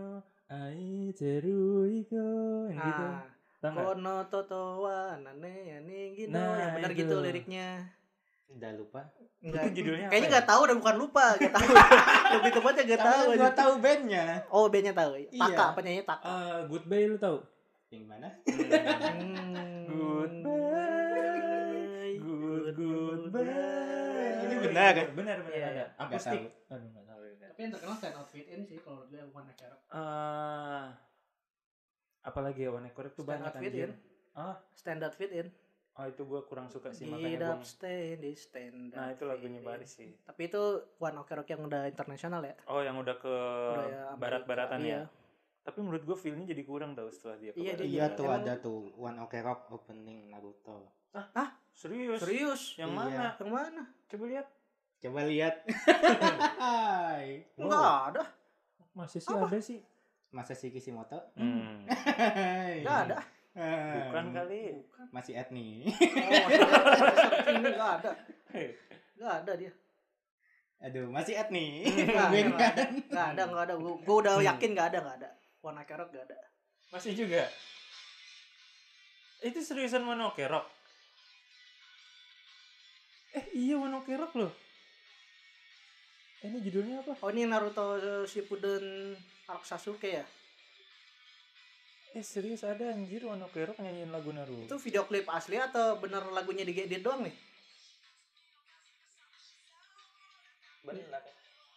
aiteru iko yang gitu. Nah, Tahu nggak? Kono Toto wa nane ya ninggino Nah, yang benar itu. gitu liriknya. Udah lupa. Enggak. Itu judulnya Kayaknya apa enggak tahu dan bukan lupa, enggak tahu. Lebih tepatnya enggak tahu. Gue aja. tahu bandnya. Oh, bandnya tahu. Iya. Taka, penyanyi Taka. Goodbye lu tahu? Yang mana? Goodbye. Ini benar. Benar Iya, ada. iya. Akustik. Nggak Aduh nggak tahu ya. Tapi yang terkenal stand out fit in sih kalau menurut gue One Ok Rock. Apalagi ya One Ok Rock tuh Stand banyak out fit anjir. in. Ah, Stand out fit in. oh itu gue kurang suka sih Get makanya up, gue. steady, stand up. Nah, itu lagunya fit in. Baris sih. Tapi itu One Ok Rock yang udah internasional ya. Oh, yang udah ke Udah ya, Amerika. barat-baratan Iya. ya. Tapi menurut gue feel-nya jadi kurang tau setelah dia ke Iya, barat. dia Iya jadi- tuh emang- ada tuh One Ok Rock opening Naruto. Serius? Serius? Yang Iya. mana? Yang mana? Coba lihat. Coba lihat. Hai. Enggak ada. Masih sih ada sih. Masa si Kishimoto? Enggak ada. Bukan kali. Masih etni. Oh, ini enggak ada. Enggak ada dia. Aduh, masih etni. Enggak ada. Gue udah yakin enggak ada. One Ok Rock enggak ada. Masih juga. Itu seriusan One Ok Rock? Iya One Ok Rock loh. Ini judulnya apa? Oh, ini Naruto Shippuden Arc Sasuke ya? Serius ada anjir One Ok Rock nyanyiin lagu Naruto. Itu video klip asli atau bener lagunya diedit doang nih? Benar.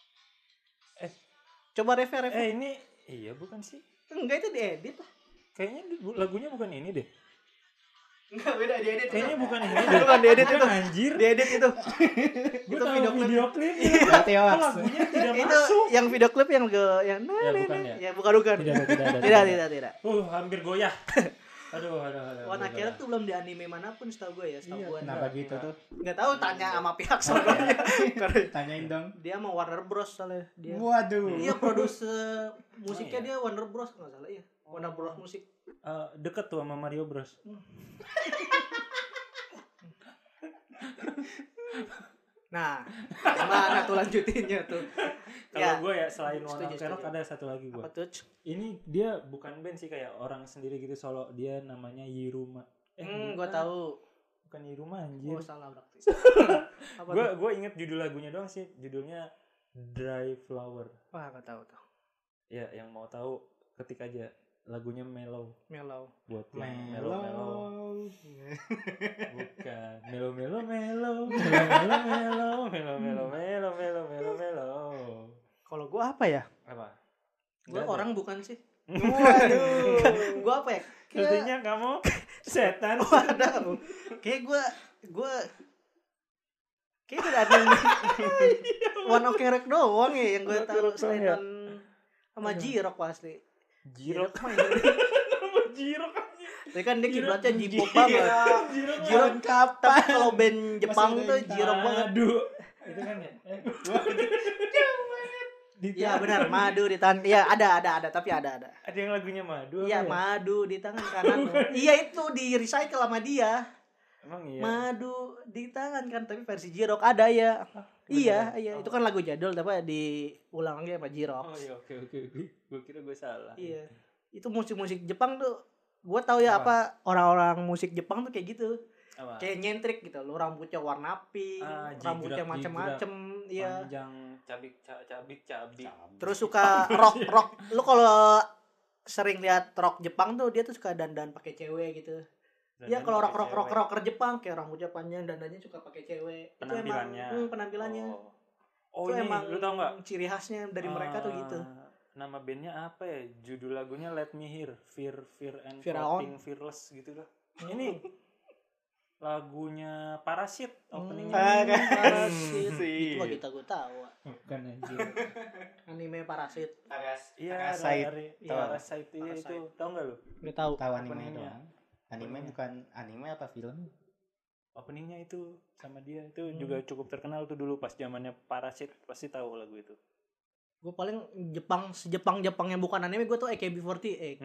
Coba refer. Ini iya bukan sih. Enggak, itu diedit lah. Kayaknya lagunya bukan ini deh. Enggak, beda diedit. Kayaknya bukan ini deh. Bukan diedit Bukan, itu. anjir. Diedit itu. Gue Itu tahu video klip. video klip. Berarti Kok hoax. lagunya tidak Itu masuk. yang video klip yang yang Ya, bukan ya? Ya, bukan. Tidak. Hampir goyah. Aduh. One Ok Rock tuh belum di anime manapun setahu gue ya, setahu Iya, gue. Kenapa gitu tuh? Enggak tahu, tanya sama pihak sononya. Karena Tanyain dong. dia sama Warner Bros soalnya dia. Waduh. Dia produser musiknya iya? dia Warner Bros enggak salah ya. Warner Bros musik. Deket tuh sama Mario Bros. Nah, gimana tuh lanjutinnya tuh? Kalau gue ya selain One Setuju, Ok Rock setuju. ada satu lagi gue. Apa tuh? Ini dia bukan band sih, kayak orang sendiri gitu solo. Dia namanya Yiruma. Gue tahu. Bukan Yiruma anjir. Oh, salah berarti. Apa tuh? Gue inget judul lagunya doang sih. Judulnya Dry Flower. Wah, gak tahu tuh. Ya, yang mau tahu ketik aja. Lagunya Mellow. Buat yang Mellow. Bukan. Mellow. Kalau gue apa ya? Apa? Gue orang bukan sih. Waduh. Gue apa ya? Sepertinya kamu setan. Waduh. Kayak gue kayak udah ada One Ok Rock doang ya yang gue tahu selain ya. sama J-Rock pasti. Jirok. mah ini. Jirok. Tapi kan dia kiblatnya J-pop banget. J-Rock kapan? Tapi kalau band Jepang tuh J-Rock banget. Aduh. Itu kan ya. Iya benar, madu di tangan. Iya ada tapi ada. Ada yang lagunya Madu. Iya, apa ya? madu di tangan kanan. Iya itu di recycle sama dia. Emang iya. Madu di tangan kan, tapi versi J-Rock ada ya. Iya, itu kan lagu jadul tapi diulang lagi sama J-Rock. Oh iya, oke. Gue kira gue salah. Iya. Itu musik-musik Jepang tuh gue tahu ya apa orang-orang musik Jepang tuh kayak gitu. Apa? Kayak nyentrik gitu. Lu rambutnya warna pink, rambutnya jigrak, macem-macem, iya. Panjang cabik. Terus suka rock. Lu kalau sering lihat rock Jepang tuh dia tuh suka dandan pakai cewek gitu. Iya kalau rocker Jepang kayak rambutnya panjang dandannya suka pakai cewek. Penampilannya. Itu emang, penampilannya. Oh itu ini emang lu tau nggak? Ciri khasnya dari mereka tuh gitu. Nama bandnya apa ya? Judul lagunya Let Me Hear, Fear and Fear Floating Fearless gitu lah. Ini lagunya Parasit openingnya. Parasit. Itu mah kita gue tahu. Bukan anjir. Anime Parasit. Iya, Parasite. Parasite itu tau nggak lu? Gue tahu. Tahu anime Openingnya. doang. Anime bukan anime apa film? Openingnya itu sama dia itu juga cukup terkenal tuh dulu pas zamannya Parasit, pasti tahu lagu itu. Gue paling Jepang yang bukan anime gue tuh AKB48.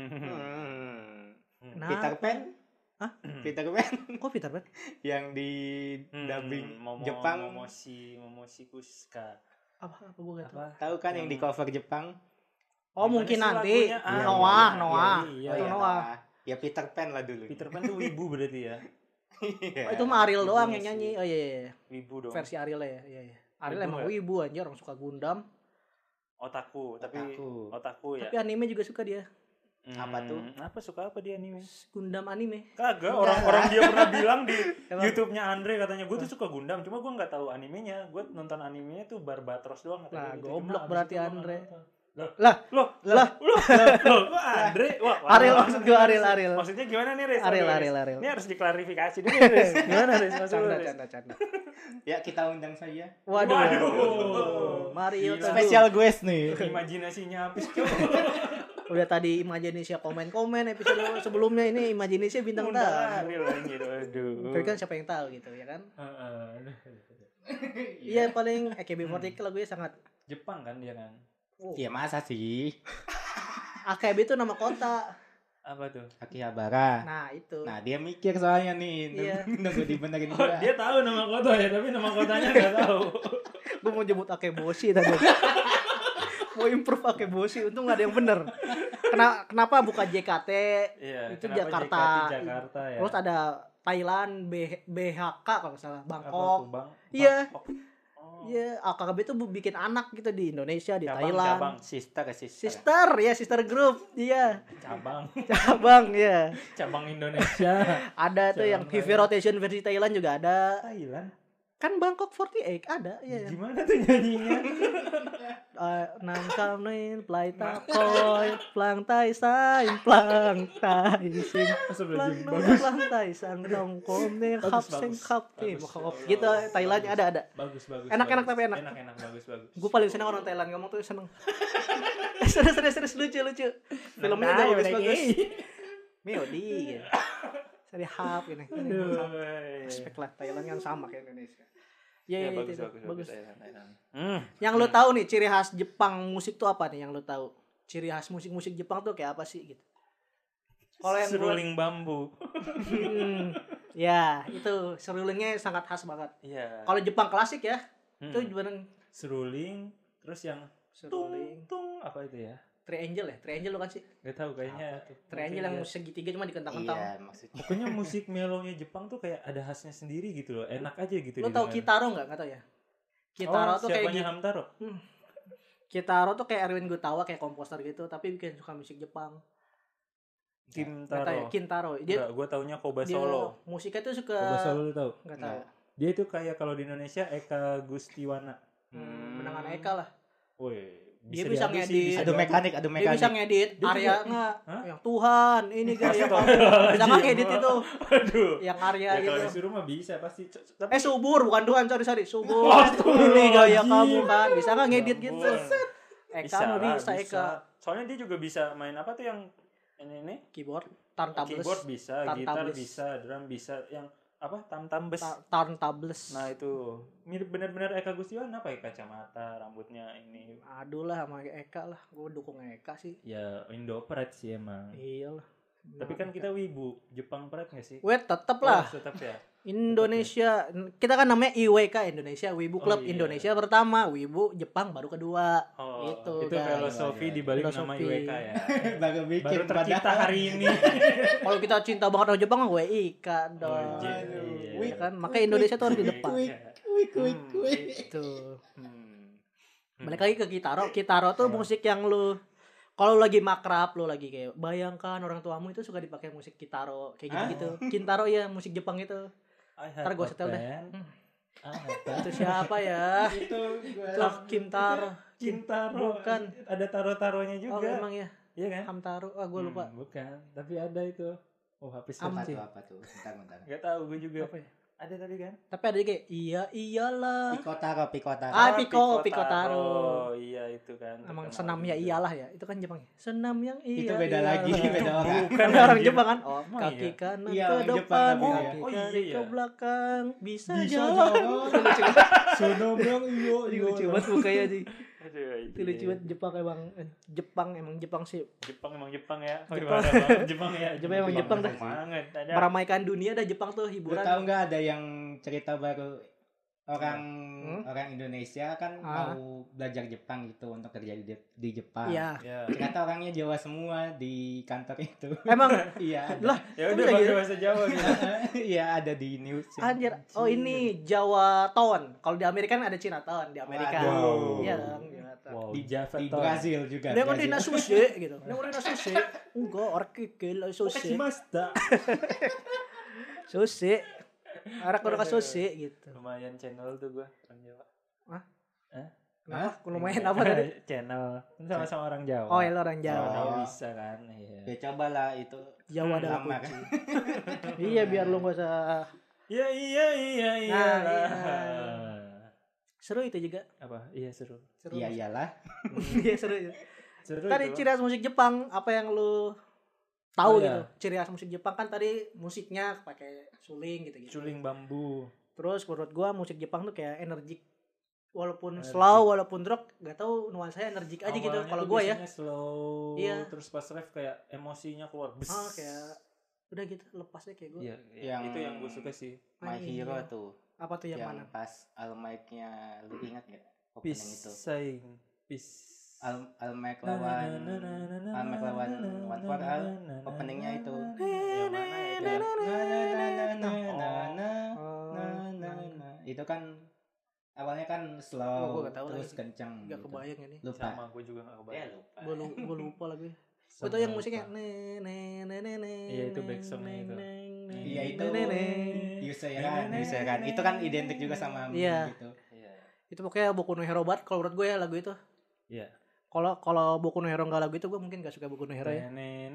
Nah, Peter Pan? Hah? Peter Pan kok Peter Pan? yang di dubbing Jepang. Momoshi Kusuka. Apa gue gak tahu. Tahu kan yang di cover Jepang? Oh Gimana mungkin sih nanti lagunya? Noah. Iya, Itu iya, Noah. Ya Peter Pan lah dulu. Peter Pan tuh wibu berarti ya. Iya. Oh, itu mah Ariel doang Wibu yang sih. nyanyi. Oh iya. Wibu dong. Versi Ariel ya. Iya. Ariel Wibu emang ya? wibu anjir, orang suka Gundam. Otaku, tapi otaku ya. Tapi anime juga suka dia. Apa tuh? Apa suka apa dia anime? Gundam anime. Kagak, orang-orang dia pernah bilang di Emang? YouTube-nya Andre katanya gue tuh suka Gundam, cuma gue nggak tahu animenya. Gue nonton animenya tuh Barbatros doang Lah, katanya gitu. goblok Cuma abis berarti itu gua nggak Andre. nonton. Lah, Kok Andre? Wah, Ariel maksud gue Ariel. Maksudnya gimana nih, Riz? Ariel. Ini harus diklarifikasi dulu, Riz. Gimana, Riz? Maksud lu, Riz? Canda. Ya kita undang saja. Waduh. Mario Gila. Special guest nih. Imajinasinya habis, cuy. Udah tadi Imajinisia komen episode sebelumnya, ini Imajinisia bintang Undang tamu. Ariel anjir, aduh. Tapi kan siapa yang tahu gitu ya kan? Heeh. Iya paling AKB48 lagunya sangat Jepang kan dia kan? Ya masa sih? AKB itu nama kota. Apa tuh? Akihabara. Nah itu. Nah dia mikir soalnya nih, Iya. nunggu dibenerin Oh, gua. dia tahu nama kota ya, tapi nama kotanya nggak tahu. Gue mau jemput Akeboshi tadi. Mau improve Akeboshi, untung gak ada yang bener. Kenapa bukan JKT? Iya, Itu kenapa Jakarta. JKT Jakarta ya. Terus ada Thailand, BHK kalau nggak salah, Apa Bangkok. tuh, Bang? Iya. Bangkok. Oh. Iya, AKB itu bikin anak gitu di Indonesia, di Cabang, Thailand. cabang. Sister. Sister group. Iya. Cabang ya. cabang Indonesia. Ada tuh yang Cabang Heavy Rotation versi Thailand juga ada. Thailand. Kan Bangkok 48 ada, iya. Gimana tuh nyanyinya? Nam kam nin plai ta koi plang tai sai plang tai sing plang tai sang dong kom ne khap sing khap tim khap gitu. Thailand ada. Bagus. Enak, tapi enak. Enak, bagus. Gue paling seneng orang Thailand ngomong tuh seneng. Serius lucu. Filmnya juga bagus. Miodi gitu. Seri hap gini. Respect lah, Thailand kan sama kayak Indonesia. Iya, bagus. Yang lo tahu nih ciri khas Jepang musik tuh apa nih yang lo tahu? Ciri khas musik Jepang tuh kayak apa sih gitu? Kalau yang seruling bambu. Ya, itu serulingnya sangat khas banget. Iya. Kalau Jepang klasik ya, Itu beneran seruling, terus yang seruling. tung apa itu ya? Triangle ya? Triangle lo kan sih? Gak tahu kayaknya tuh. Triangle yang segitiga cuma dikentang-kentang. Iya, maksudnya. Pokoknya musik melonya Jepang tuh kayak ada khasnya sendiri gitu loh. Enak aja gitu. Lo tau Kitaro enggak tau ya? Kitaro tuh kayak siapanya Hamtaro? Kitaro tuh kayak Erwin Gutawa, kayak komposer gitu, tapi bikin suka musik Jepang. Kintaro. Ya? Kintaro. Dia gue taunya Koba Solo. Musiknya tuh suka Koba Solo lu tahu? Enggak tahu. Dia itu kayak kalau di Indonesia Eka Gustiwana. Menangan Eka lah. Woi, Dia bisa diadu sih, ngedit. Adu mekanik. Dia bisa ngedit Dia Arya juga- enggak? Hah? Yang Tuhan, ini gaya kamu. Bisa enggak ngedit itu? Aduh. Yang Arya Ya, kalau gitu. disuruh mah bisa pasti. Tapi Subur bukan Tuhan, sorry. Subur. Aduh, Ini gaya anjing. kamu kan. Bisa enggak ngedit Ya gitu? ampun. Eka mah lah, bisa Eka. Soalnya dia juga bisa main apa tuh yang ini Keyboard, turntables. keyboard bisa, gitar Turntables. bisa, drum bisa, yang apa turntables. Turntables. Nah itu mirip benar-benar Eka Gustiwana, pakai kacamata, rambutnya ini. Aduh lah sama Eka lah. Gue dukung Eka sih. Ya Indo Pride sih emang. Iyalah. Tapi kan kita wibu, Jepang Pride nggak sih? Wait, tetep lah. Oh, tetap ya. Indonesia, kita kan namanya IWK Indonesia, Wibu Club iya. Indonesia pertama, Wibu Jepang baru kedua. Oh, Itu itu kan. filosofi di balik nama Filosofi. IWK ya. Baru bikin Baru tercipta padahal. hari ini. Kalau kita cinta banget sama Jepang, WIK dong. Oh, iya. Ya kan, makanya Indonesia tuh harus di depan. Kuik. Itu. Hmm. Balik lagi ke Kitaro. Kitaro tuh musik yang lu kalau lu lagi makrab, lu lagi kayak bayangkan orang tuamu itu suka dipakai musik Kitaro kayak gitu-gitu. Kintaro ya, musik Jepang itu. Ntar gue setel deh. Itu siapa ya? Itu Tuh Kintaro. Kintaro. Bukan. Ada taro-taronya Oh juga. emang ya. Iya kan? Hamtaro. Ah gue lupa. Bukan, tapi ada itu. Oh, habis apa sih. tuh? Bentar. Gak tahu gue juga. Apa ya? Ada tadi kan? Tapi ada kayak iyalah. Pikotaro. Ah, Pikotaro. Iya itu kan. Emang terkenal senamnya juga. iyalah ya. Itu kan Jepang ya. Senam yang iya. Itu beda lagi, beda orang. Bukan Kan orang anjir. Jepang kan. Oh, Emang kaki iya? kanan Iya, ke orang Jepang depan, tapi kaki iya. Oh, kiri iya, iya. ke belakang. Bisa Bisa jalan. jalan. Sonomong iyo. Lucu banget mukanya sih. Aduh, Itu lucu banget Jepang emang Jepang sih. Jepang emang Jepang ya. Oh, Jepang. gimana, Bang? Jepang ya. Jepang emang Jepang dah. banget. Ada. Meramaikan dunia dah Jepang tuh Lu hiburan. tahu nggak ada yang cerita baru orang Indonesia kan mau belajar Jepang gitu untuk kerja di Jepang. Iya. Ya. Ternyata orangnya Jawa semua di kantor itu. Emang Iya. ada. lah Ya udah bisa pakai gitu? bahasa Jawa gitu. Iya ada di news. Anjir. Oh ini Jawa Town. Kalau di Amerika kan ada Chinatown di Amerika. Waduh. Iya dong. Chinatown. Wow, Di Java Di Town. Brazil juga. Dia kan di Brazil. sushi gitu. Dia kan di sushi. Enggak, orang kikil sushi. Okashimashita. Sushi. Arak udah sushi gitu. Lumayan channel tuh gua orang Jawa. Kenapa? Lumayan apa tadi? Channel. Sama-sama orang Jawa. Oh, ya lu orang Jawa. Sama-sama bisa kan. Iya. Ya cobalah itu. Jawa adalah Lama kunci. kan. Iya, biar lu gak usah. Iya. Nah, seru itu juga. Apa? Iya seru. Seru. Iya iyalah. Iya seru. Seru Tadi itu. ciri khas musik Jepang apa yang lu tahu Oh, gitu? iya. Ciri khas musik Jepang kan tadi musiknya pakai suling gitu-gitu. Suling bambu. Terus menurut gua musik Jepang tuh kayak energik. Walaupun Energik. slow, walaupun rock, gak tahu nuansanya energik aja gitu. Awalnya Kalau tuh gua ya. biasanya slow. Iya. Terus pas ref kayak emosinya keluar. Bes. Kayak udah gitu lepasnya kayak gua. Iya, Yang- itu yang gue suka sih. My Iya. Hero tuh. Apa tuh yang mana? Pas Almic-nya lu ingat gak? Opening itu. Pising. Almic lawan One for All. Openingnya itu. Yang mana ya? Itu kan awalnya kan Oh, slow gua gak tahu terus lagi. kenceng Gak gitu. kebayang ini. Lupa. Sama gue juga gak kebayang. lupa. Gue lupa lagi. Gue Sama tau yang lupa. musiknya Iya, itu back songnya itu. Iya itu Yuseran. Itu kan identik juga sama Iya. gitu. Iya. Itu pokoknya Boku no Hero banget kalau menurut gue ya lagu itu. Iya. Kalau Boku no Hero enggak lagu itu gue mungkin gak suka Boku no Hero ya.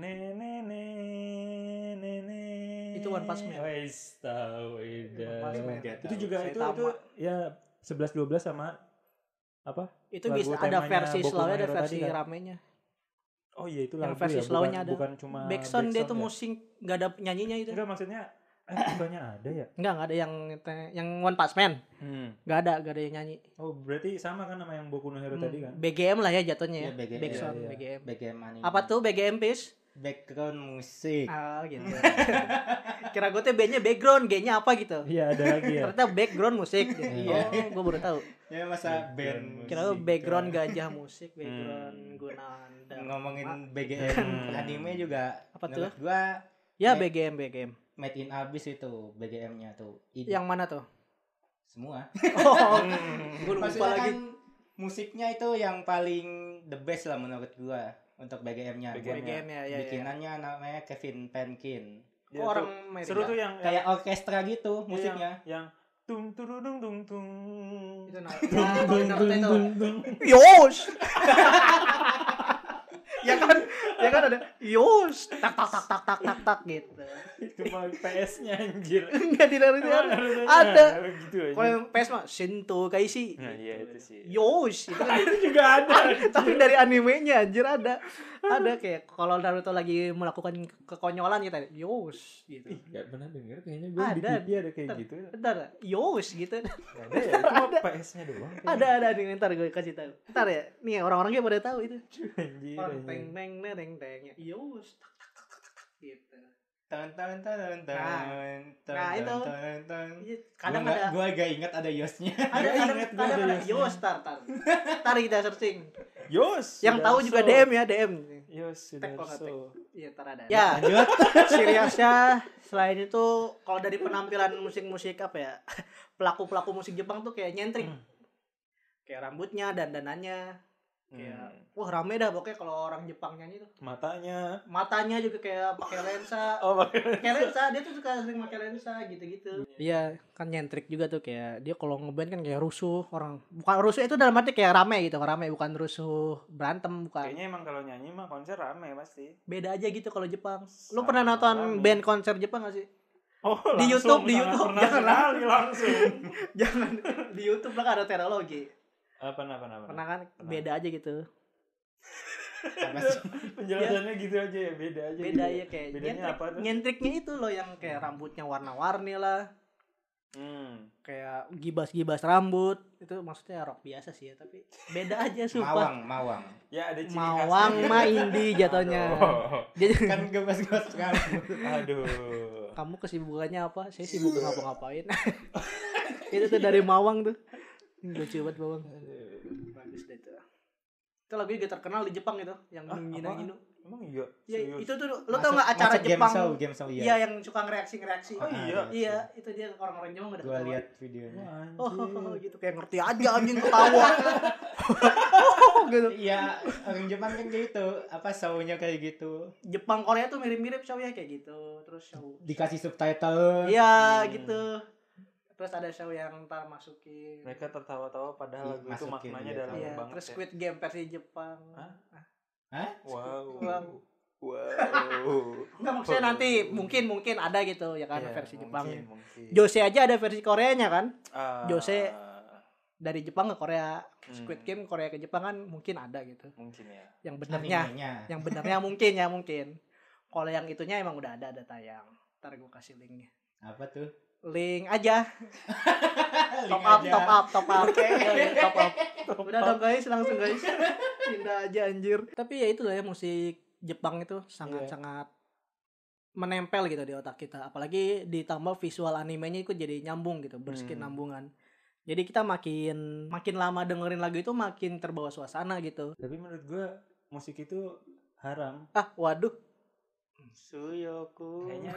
Itu One Punch Man. Wes tahu One Punch Man. Itu juga itu Saitama. ya 11-12 sama apa? Itu Lagu bisa ada temanya versi Boku no slow ada Hero versi tadi kan? ramenya. Oh iya itu Yang lagu versi ya, slow-nya ada. bukan cuma Backsound dia backsound tuh ya? musik nggak ada nyanyinya itu. Enggak maksudnya bukannya ada ya? Enggak ada yang One Punch Man. Nggak ada yang nyanyi. Oh berarti sama kan sama yang Boku no Hero tadi kan? BGM lah ya jatuhnya ya. Iya, BGM. Backsound Iya, iya. BGM. BGM anime. Apa tuh BGM Pis? background musik. Ah gitu. Kira gue tuh B-nya background, G-nya apa gitu. Iya, ada lagi ya. Ternyata background musik. Gitu. Iya. Oh, gue baru tahu. Ya masa band. Kira gue background gajah musik, background Gunanda. Ngomongin BGM anime juga Apa tuh? menurut gua Ya BGM. Made in Abyss itu BGM-nya tuh. Yang mana tuh? Semua. Oh, gue lupa Maksudnya lagi. kan musiknya itu yang paling the best lah menurut gua untuk BGM-nya. BGM ya. Bikinannya namanya Kevin Penkin. Dia Oh, orang tuh Amerika. seru tuh yang Kayak orkestra gitu musiknya. yang tung turudung tung tung. Itu Naruto itu. Yosh. ya kan ada Yosh tak gitu. Itu mah PS-nya anjir. Enggak di Naruto Emang ada. Naruto-nya gitu aja. Kalau yang PS mah Shinto Kaishi. Nah, iya itu sih. Yosh itu kan Itu juga ada. tapi dari animenya anjir ada kayak kalau Naruto lagi melakukan kekonyolan gitu Yosh gitu. Ih, gak pernah denger kayaknya gue di Ada. TV ada kayak gitu. Bentar, Yosh gitu. Gak ada ya, itu mah PS-nya doang. kayaknya. ada nih ntar gue kasih tahu. Ntar ya, nih orang-orangnya pada tahu itu. Anjir, Orang anjir. teng teng neng teng Yosh gitu. Tan tan tan tan Nah, itu. Iya, kadang ada gua agak ingat ada Yosnya. kadang ingat gua ada ada Yosh tar kita searching. Yos. Yang tahu juga DM ya DM. Yos Tag kalau nggak Sudarso. Iya ntar ada. Ya. Lanjut. Seriusnya selain itu kalau dari penampilan musik-musik apa ya pelaku musik Jepang tuh kayak nyentrik kayak rambutnya dandanannya kayak wah rame dah pokoknya kalau orang Jepang nyanyi tuh matanya juga kayak pakai lensa pakai lensa dia tuh suka sering pakai lensa gitu-gitu iya kan nyentrik juga tuh kayak dia kalau ngeband kan kayak rusuh orang bukan rusuh itu dalam arti kayak rame bukan rusuh berantem bukan Kayaknya emang kalau nyanyi mah konser rame pasti. beda aja gitu kalau Jepang lu Sama pernah nonton rame. band konser Jepang gak sih Oh, Di langsung, YouTube, di sangat YouTube. pernah Jangan sekali langsung. jangan di YouTube lah kan ada teknologi Apa? pernah kan beda aja gitu Apa sih? Penjelasannya gitu aja ya, beda aja. beda gitu. ya kayak Bedanya apa tuh? nyentriknya itu loh yang kayak rambutnya warna-warni lah kayak gibas-gibas rambut itu maksudnya rok biasa sih ya tapi beda aja sumpah Mawang. Ya ada ciri mawang khasnya mah gitu. indie jatuhnya jadi Kan gebas-gebas rambut. Aduh. kamu kesibukannya apa saya sibuk ngapa-ngapain itu tuh dari mawang tuh lucu banget bawang bagus deh tuh itu lagu juga terkenal di Jepang itu yang Ninu Emang iya? ya Serius? itu tuh lo tau nggak acara Masuk Jepang game show iya yang suka ngereaksi Oh iya. iya itu dia orang-orang Jepang udah Gua ketawa. lihat videonya. Wah, Oh, anjir. gitu kayak ngerti aja anjing ketawa. gitu. Iya, orang Jepang kan gitu. Apa show-nya kayak gitu. Jepang Korea tuh mirip-mirip show-nya kayak gitu. Terus show. Dikasih subtitle. Iya, gitu. Terus ada show yang ntar masukin. Mereka tertawa-tawa padahal lagu itu Masukin maknanya gitu. dalam Iya, banget terus ya. Squid Game versi Jepang. Hah? Wow. Wow. Wow. Enggak maksudnya nanti mungkin ada gitu ya kan Iya, versi Jepang. mungkin. Jose aja ada versi Koreanya kan? Ah, Jose dari Jepang ke Korea. Hmm. Squid Game Korea ke Jepang kan mungkin ada gitu. mungkin ya. Yang benernya. Animenya. Yang benernya mungkin. Kalau yang itunya emang udah ada tayang. Ntar gue kasih linknya. Apa tuh? Link aja. Link top aja. up. Top up. Udah dong guys, langsung guys. Pindah aja anjir. Tapi ya itulah ya musik Jepang itu sangat-sangat menempel gitu di otak kita. Apalagi ditambah visual animenya ikut jadi nyambung gitu, berkesinambungan. Jadi kita makin lama dengerin lagu itu makin terbawa suasana gitu. Tapi menurut gue musik itu haram. Ah, waduh. Suyoku. Kayaknya